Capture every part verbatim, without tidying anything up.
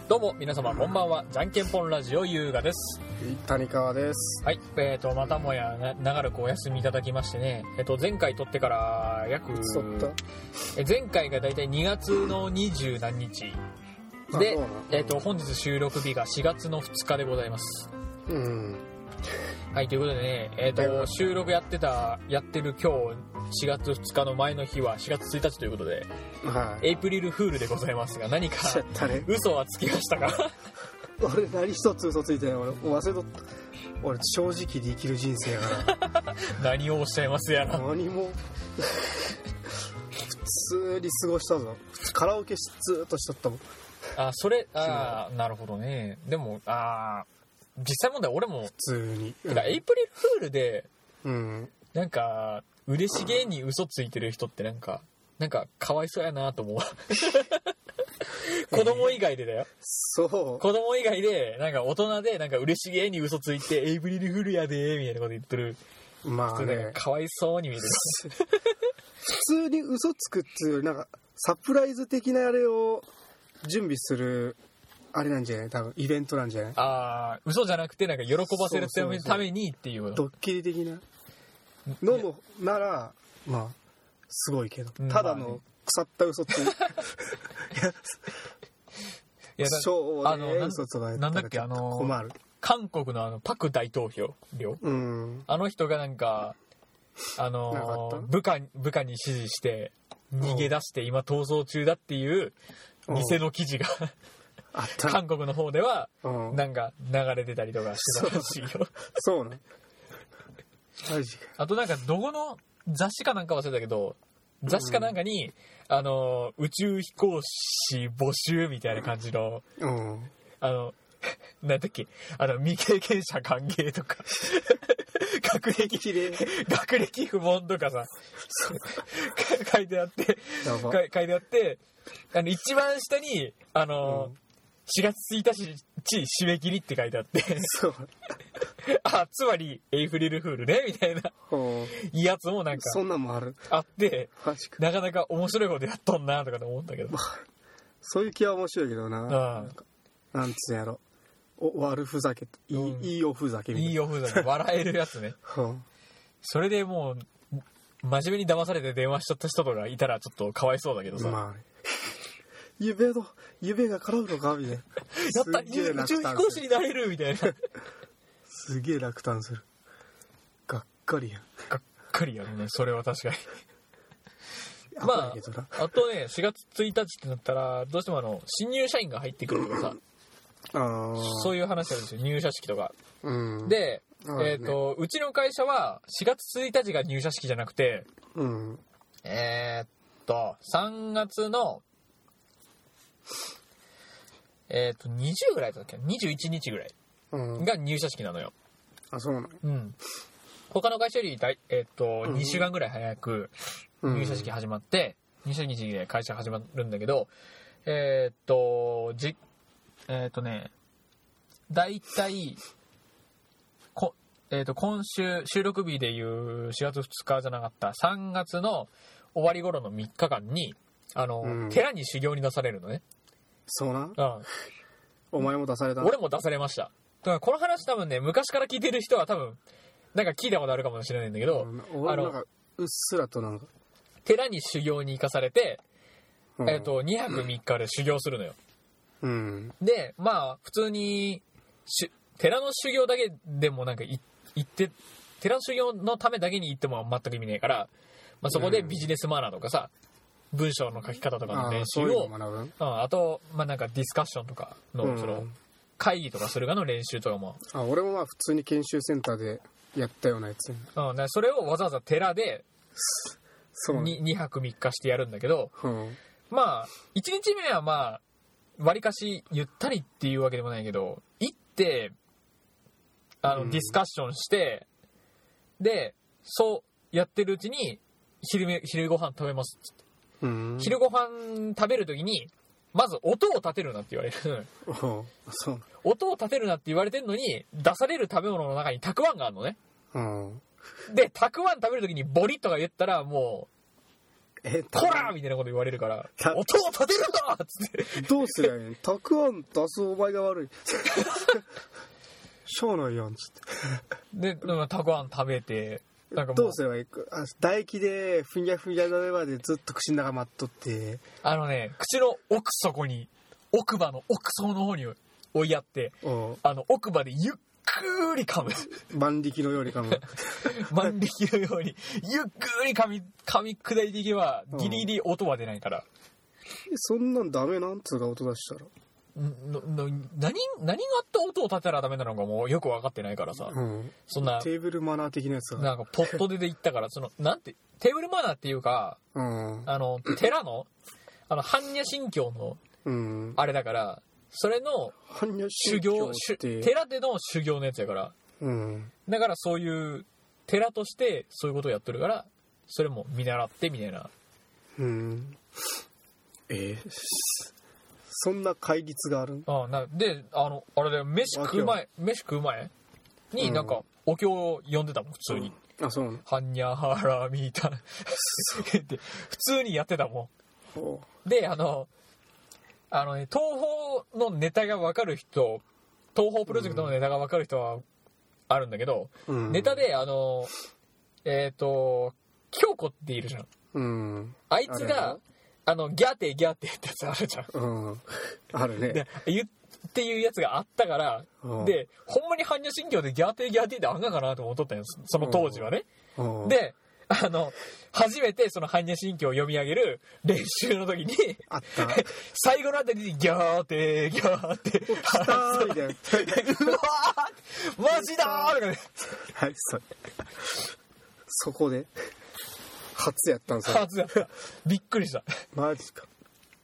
どうも皆様こんばんは。じゃんけんぽんラジオ優雅です。 谷川です。 はい、えーとまたもや長らくお休みいただきましてね、えっと前回撮ってから約え前回がだいたいにがつのにじゅうなんにちで、えっと本日収録日がしがつのふつかでございます。 うん。 はい、ということでね、えっと収録やってたやってる今日しがつふつかの前の日はしがつついたちということで、はい、エイプリルフールでございますが、何か嘘はつきましたか？ 俺何一つ嘘ついてない。俺忘れとった。俺正直で生きる人生やから何をおっしゃいますやら。 何も普通に過ごしたぞ。カラオケずっとしとったもん。 あ、それ、ああ、なるほどね。でも、ああ、実際問題俺も普通に、 うん、てかエイプリルフールで、 うん、 なんか嬉しげに嘘ついてる人ってなんかなんかかわいそうやなと思う子供以外でだよ。 そう。 子供以外でなんか大人でなんか嬉しげに嘘ついてエイプリルフールやでみたいなこと言ってる。 まあね、 かわいそうに見える。 普通に嘘つくっていうなんかサプライズ的なあれを準備するあれなんじゃない？多分イベントなんじゃない？ ああ、嘘じゃなくてなんか喜ばせるためにっていうこと。 ドッキリ的なのもならまあすごいけど、ただの腐った嘘っていやそうね、あの嘘とかやったらなんだっけ、あの困る。 韓国のあのパク大統領、うん、あの人がなんかあの部下部下に指示して逃げ出して今逃走中だっていう偽の記事があった韓国の方ではなんか流れてたりとかしてたらしいよ。 そうね。マジか。 あとなんかどこの雑誌かなんか忘れたけど、雑誌かなんかに、うん、あの宇宙飛行士募集みたいな感じの、うん、あのなんだっけ、あの未経験者歓迎とか学歴学歴不問とかさ書いてあって書いてあってあの一番下にあの、うんしがつついたち締め切りって書いてあってそうあ、つまりエイプリルフールねみたいなやつもなんかそんなんもあるあってなかなか面白いことやっとんなとかと思ったけど、まあ、 そういう気は面白いけどな、なんかなんつうんやろ、お悪ふざけいい、うん、いいおふざけみたいないいおふざけ笑えるやつね、うん、それでもう真面目に騙されて電話しちゃった人とかいたらちょっとかわいそうだけどさ、まあ夢の夢が叶うのかみたいな。 やった、宇宙飛行士になれるみたいな。 すげえ落胆する。がっかりやん。 がっかりやるね、それは確かに。まあ、あとね、しがつついたちってなったらどうしてもあの新入社員が入ってくるとかさ、あそういう話なんですよ、入社式とか。うん、で、えーと、ね、うちの会社はしがつついたちが入社式じゃなくて、うん、えーっとさんがつのえっとにじゅうぐらいだっけ、にじゅういちにちぐらいが入社式なのよ。 あ、そうなの。 うん。他の会社よりだい、えっとにしゅうかんぐらい早く入社式始まって、うん、入社式で会社始まるんだけど、えっとじえっとねだいたいこえっと今週収録日でいうしがつふつかじゃなかったさんがつの終わり頃のみっかかんにあの、うん、寺に修行に出されるのね。 そうな、 うん、 お前も出された。 俺も出されました。だからこの話多分ね、昔から聞いてる人は多分なんか聞いたことあるかもしれないんだけど、 うん、あのなんかうっすらとなんか寺に修行に行かされて、うん、えっとにはくみっかで修行するのよ。うん、でまあ普通にし寺の修行だけでもなんか行って寺の修行のためだけに行っても全く意味ないから、まあ、そこでビジネスマナーとかさ、文章の書き方とかの練習を あ, うあ, あと、まあ、なんかディスカッションとか の,、うん、その会議とかする側の練習とかも、 あ、俺もまあ普通に研修センターでやったようなやつ、 うん、それをわざわざ寺でそうににはくみっかしてやるんだけど、うん、まあいちにちめはまあわりかしゆったりっていうわけでもないけど、行ってあの、うん、ディスカッションしてでそうやってるうちに 昼, 昼ご飯食べますっつって、うん、昼ご飯食べるときにまず音を立てるなって言われるそう音を立てるなって言われてるのに出される食べ物の中にたくあんがあるのね、うん、でたくあん食べるときにボリッとか言ったらもうえコラーみたいなこと言われるから音を立てるんだっつってどうすりゃいいのたくあん出すお前が悪いしょうないやんつってでたくあん食べてなんかもうどうすればいいか唾液でふにゃふにゃの上までずっと口の中待っとってあのね口の奥底に奥歯の奥底の方に追いやってあの奥歯でゆっくり噛む万力のように噛む万力のようにゆっくり噛み噛み砕いていけばギリギリ音は出ないから、 そんなんダメなんつうか音出したらのの何何があった音を立てたらダメなのかもうよく分かってないからさ、 うん、 そんなテーブルマナー的なやつがなんかポットでで言ったからそのなんてテーブルマナーっていうか、うん、あの寺のあの般若心経の、うん、あれだからそれの修行寺での修行のやつやから、うん、だからそういう寺としてそういうことをやってるからそれも見習ってみたいな、 うん、えー、そんな戒律があるんああなであのあれで飯食う前飯食う前になんかお経を読んでたもん普通に、 うん、あそうなのはんにゃはらみたいなって普通にやってたもんであのあのね、東宝のネタが分かる人東宝プロジェクトのネタが分かる人はあるんだけど、うん、ネタであのえっ、ー、と京子っているじゃん、うん、あいつがあのギャーテーギャーテーってやつあるじゃん、うん、 あるねで言っていうやつがあったから、うん、でほんまに般若心経でギャーテーギャーテーってあんがかなと思っとったんよその当時はね、うんうん、であの初めてその般若心経を読み上げる練習の時にあった最後のあたりにギャーテーギャーテー来たーみたいなうわーマジだーとかねはいそれそこで初やったんですよ初やったびっくりしたマジか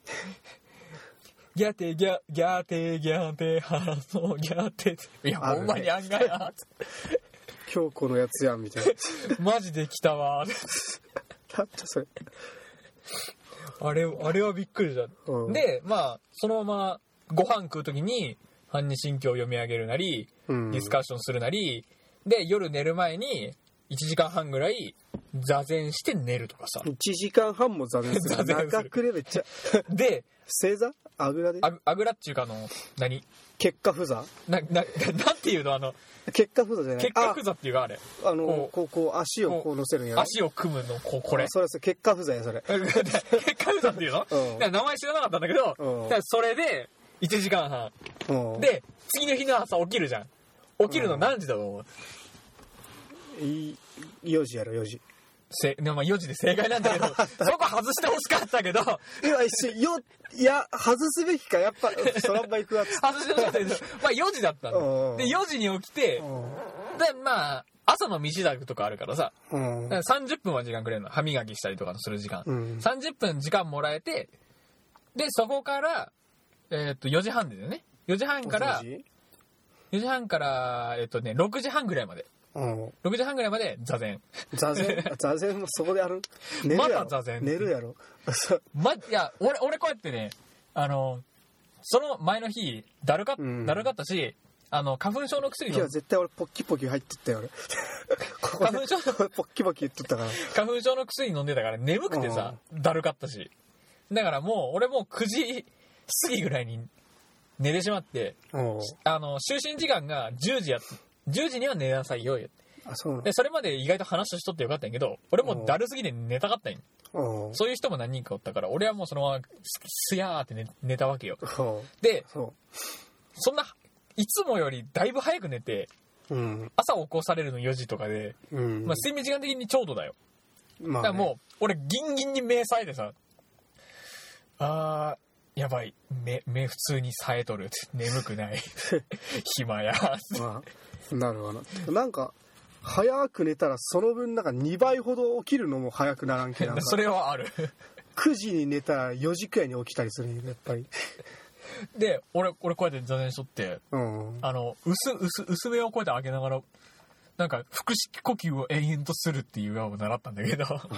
ギャーテーギャーギャーテーギャーテーハラソーギャーテーいやほんまにあんがや京子のやつやんみたいなマジで来たわーだってそれあれあれはびっくりした、うん、でまあそのままご飯食う時に般若心経を読み上げるなり、うん、ディスカッションするなりで夜寝る前にいちじかんはんぐらい座禅して寝るとかさいちじかんはんも座禅する長くねめっちゃで正座あぐらであ, あぐらっていうかあの何結果不座なななんていうのあの結果不座じゃない結果不座っていうかあれあのこうこうこう足をこう乗せるんやろ足を組むのこうこれそれそれ結果不座やそれ結果不座っていうの、うん、名前知らなかったんだけど、うん、それでいちじかんはん、うん、で次の日の朝起きるじゃん起きるの何時だと思う、 うん、よじやろよじせまあよじで正解なんだけどそこ外してほしかったけど今一瞬よいや外すべきかやっぱそらんば行くわ外してほしかったけどまあよじだったんだでよじに起きてでまあ朝の身支度とかあるからさからさんじゅっぷんは時間くれるの歯磨きしたりとかする時間、うん、さんじゅっぷん時間もらえてでそこからえー、っとよじはんですよねよじはんからよじはんからえー、っとねろくじはんぐらいまでうん、ろくじはんぐらいまで座禅座禅座禅もそこでやる寝るやろまた座禅寝るやろま、いや俺俺こうやってねあのその前の日だるか、うん、だるかったしあの花粉症の薬のいや絶対俺ポッキポキ入ってったよ俺ここ花粉症のポッキポキ言っとったから花粉症の薬飲んでたから眠くてさだるかったしだからもう俺もうくじ過ぎぐらいに寝てしまってあの就寝時間がじゅうじやってじゅうじには寝なさいよってあそうなのでそれまで意外と話しとってよかったんやけど俺もだるすぎて寝たかったんやそういう人も何人かおったから俺はもうそのまますやーって 寝, 寝たわけよで そ, そんないつもよりだいぶ早く寝て、うん、朝起こされるのよじとかで、うんまあ、睡眠時間的にちょうどだよ、まあね、だからもう俺ギンギンに目冴えてさあーやばい 目, 目普通に冴えとる眠くない暇や、 まあ、なるほどなんか早く寝たらその分なんかにばいほど起きるのも早くならんけどそれはあるくじに寝たらよじくらいに起きたりするやっぱりで俺俺こうやって座禅しとって、うん、あの薄薄薄めをこうやって上げながらなんか腹式呼吸を延々とするっていうのを習ったんだけど、うん、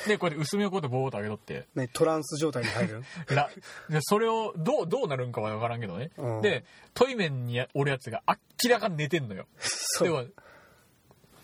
でこうやって薄めをこうやってボーっと上げとって、 ね、トランス状態に入るでそれをどうどうなるんかは分からんけどね、うん、でトイメンにおるやつが明らかに寝てんのよでも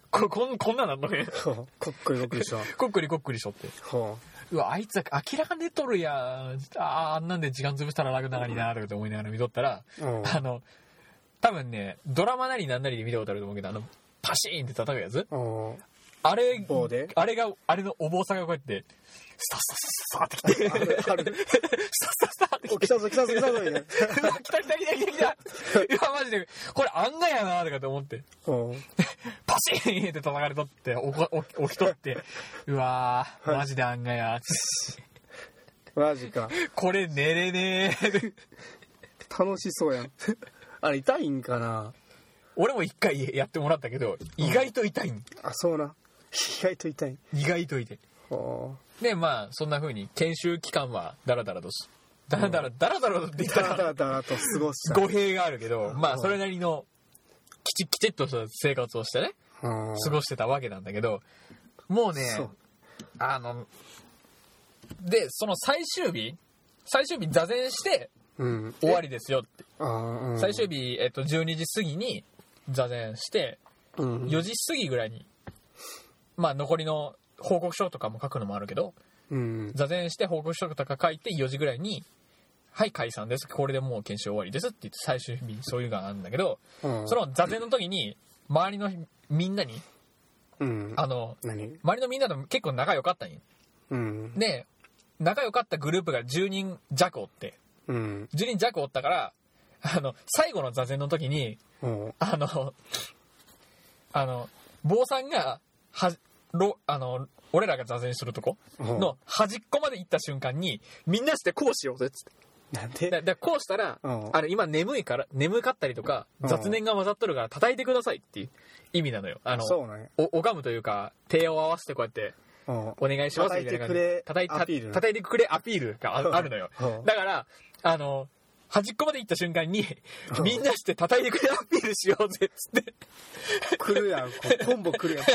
ここんこんなんなんのねこっくりこっくりしょこっくりこっくりしょってうわあいつは明らか寝とるやんああんなんで時間潰したら楽ながりなとかって思いながら見とったら、うん、あの多分ねドラマなりなんなりで見たことあると思うけどあのパシーンって叩くやつ、うん、あれあれがあれのお坊さんがこうやってスタスタスタスタってきてスタスタスタってきて来たぞ来たぞ来たぞみたいな来た来た来た来た来た来たいやマジでこれ案外やなとかって思ってパシーンって叩かれとって起きとってうわーマジで案外やマジかこれ寝れねえ楽しそうやんあれ痛いんかな俺も一回やってもらったけど意外と痛いん、うん、 あそうな意外と痛い意外と痛いでまあそんな風に研修期間はダラダラとしダラダラダラダラとって言ったらダラダラと過ごした語弊があるけどまあそれなりのきちきちっとした生活をしてね過ごしてたわけなんだけどもうねあのでその最終日最終日座禅して、うん、終わりですよって、うん、最終日、えっと、じゅうにじ過ぎに座禅して、うん、よじ過ぎぐらいにまあ残りの報告書とかも書くのもあるけど、うん、座禅して報告書とか書いてよじぐらいにはい解散ですこれでもう研修終わりですって言って最終日そういうのがあるんだけど、うん、その座禅の時に周りのみんなに、うん、あの周りのみんなと結構仲良かったんよ、うん、で仲良かったグループがじゅうにん弱おって、うん、じゅうにん弱おったからあの最後の座禅の時に、うん、あのあの坊さんがはろあの俺らが座禅するとこの端っこまで行った瞬間にみんなしてこうしようぜっつってなんでだだこうしたら、うん、あの今眠いから眠かったりとか雑念が混ざっとるから叩いてくださいっていう意味なのよあのそう、ね、 お拝むというか手を合わせてこうやってお願いしますみたいな感じで叩いてくれアピール叩いてくれアピールが あ, あるのよだからあの端っこまで行った瞬間にみんなして叩いてくれアピールしようぜっつって来るやんコンボ来るやん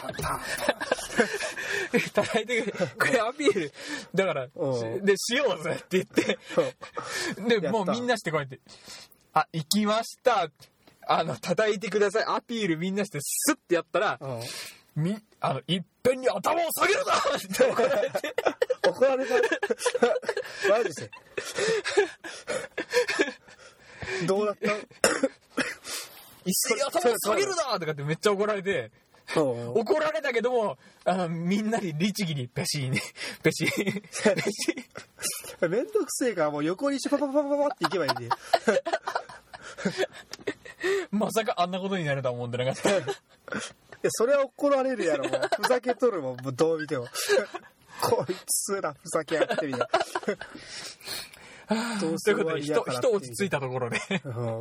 叩いてくれアピールだからでしようぜって言ってでもうみんなしてこうやってあ行きましたあの叩いてくださいアピールみんなしてスッてやったらみあのいっぺんに頭を下げるなって怒られて怒られたマジでどうだった一斉に頭を下げるなとかってめっちゃ怒られて怒られたけどもあのみんなに律儀にペシーねペシーペシーめんどくせえからもう横にしてパパパパパパっていけばいいんでまさかあんなことになるとは思ってなかったいやそれは怒られるやろもうふざけとるもんもうどう見てもこいつらふざけやってみたいなということで 人, 人落ち着いたところで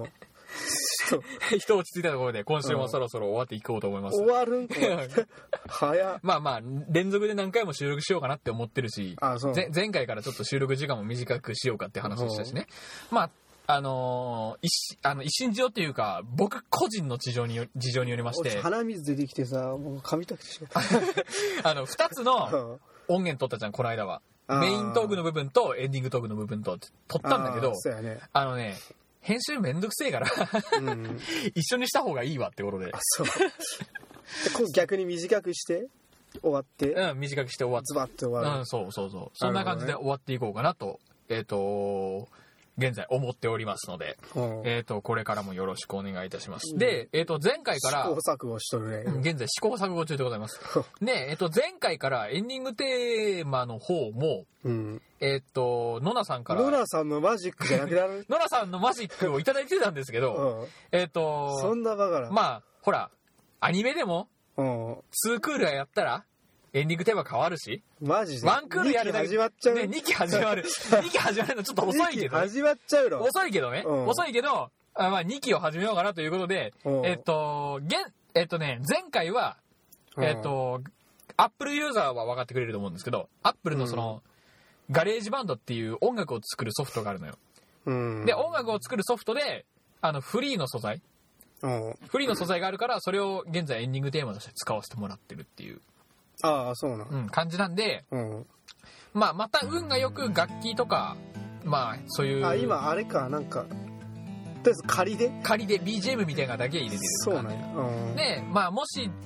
人落ち着いたところで今週もそろそろ終わっていこうと思います、 うん、終わるんか早っまあまあ連続で何回も収録しようかなって思ってるしあそう前回からちょっと収録時間も短くしようかって話をしたしねまああのー、一, あの一瞬事情っていうか僕個人の事情によ事情によりまして鼻水出てきてさもう噛みたくてしまうあのふたつの音源取ったじゃんこの間はメイントークの部分とエンディングトークの部分と取ったんだけどあ,、ね、 あのね編集めんどくせえから、うん、一緒にした方がいいわってことであそう逆に短くして終わってうん短くして終わってズバッと終わる、 うん、そうそうそうそんな感じで終わっていこうかなとえっ、ー、と現在思っておりますので、うん、えっ、ー、とこれからもよろしくお願いいたします、うん、で、えっ、ー、と前回から試行錯誤しとるね現在試行錯誤中でございますで、えっ、と前回からエンディングテーマの方も、うん、えっ、とノナさんからノナさんのマジックじゃなくなるノナさんのマジックをいただいてたんですけど、うん、えっ、とそんなバカなまあほらアニメでもツークールやったらエンディングテーマ変わるしマジでワンクールやるだけにき始まっちゃう、 ね、にき始まるにき始まるのちょっと遅いけど、 ね、始まっちゃうの遅いけどね、うん、遅いけどあ、まあ、にきを始めようかなということで、うん、えっと現えっとね前回はえっとアップルユーザーは分かってくれると思うんですけどアップルのその、うん、ガレージバンドっていう音楽を作るソフトがあるのよ、うん、で音楽を作るソフトであのフリーの素材、うん、フリーの素材があるからそれを現在エンディングテーマとして使わせてもらってるっていうああそうなの、 うん、感じなんで、うん、まあまた運がよく楽器とかまあそういうあ今あれかなんかとりあえず仮で仮で ビージーエム みたいなのだけ入れてるそうね、うん、 でまあもし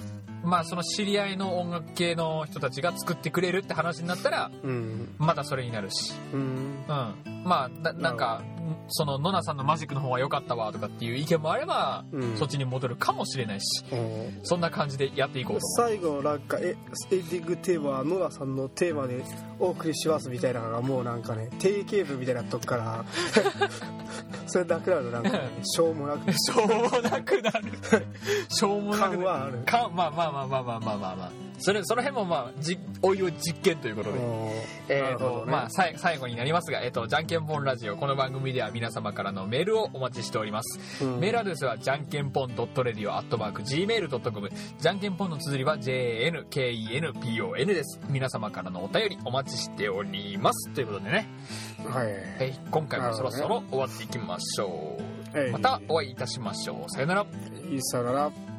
まあその知り合いの音楽系の人たちが作ってくれるって話になったら、うん、またそれになるし、うん、うん、まあ な, なんかそのノナさんのマジックの方が良かったわとかっていう意見もあれば、うん、そっちに戻るかもしれないし、うん、そんな感じでやっていこうと思う。 最後なんかえエンディングテーマはノナさんのテーマでお送りしますみたいなのがもうなんかね定型文みたいなとこからそれなくなるなんか、ね、しょうもなくしょうもなくなるしょうもなくなるはあるかまあまあまあまあまあまあまあまあそれその辺もまあじおいおい実験ということで、えーとね、まあさい最後になりますが、えーとじゃんけんぽんラジオこの番組では皆様からのメールをお待ちしております、うん、メールアドレスはじゃんけんぽん .radio アットマーク ジーメール ドットコム じゃんけんぽんの綴りは ジェーエヌケーイーエヌピーオーエヌ です。皆様からのお便りお待ちしておりますということでね、はい、はい、今回もそろそろ終わっていきましょう、はい、またお会いいたしましょう。さよなら。 さよなら。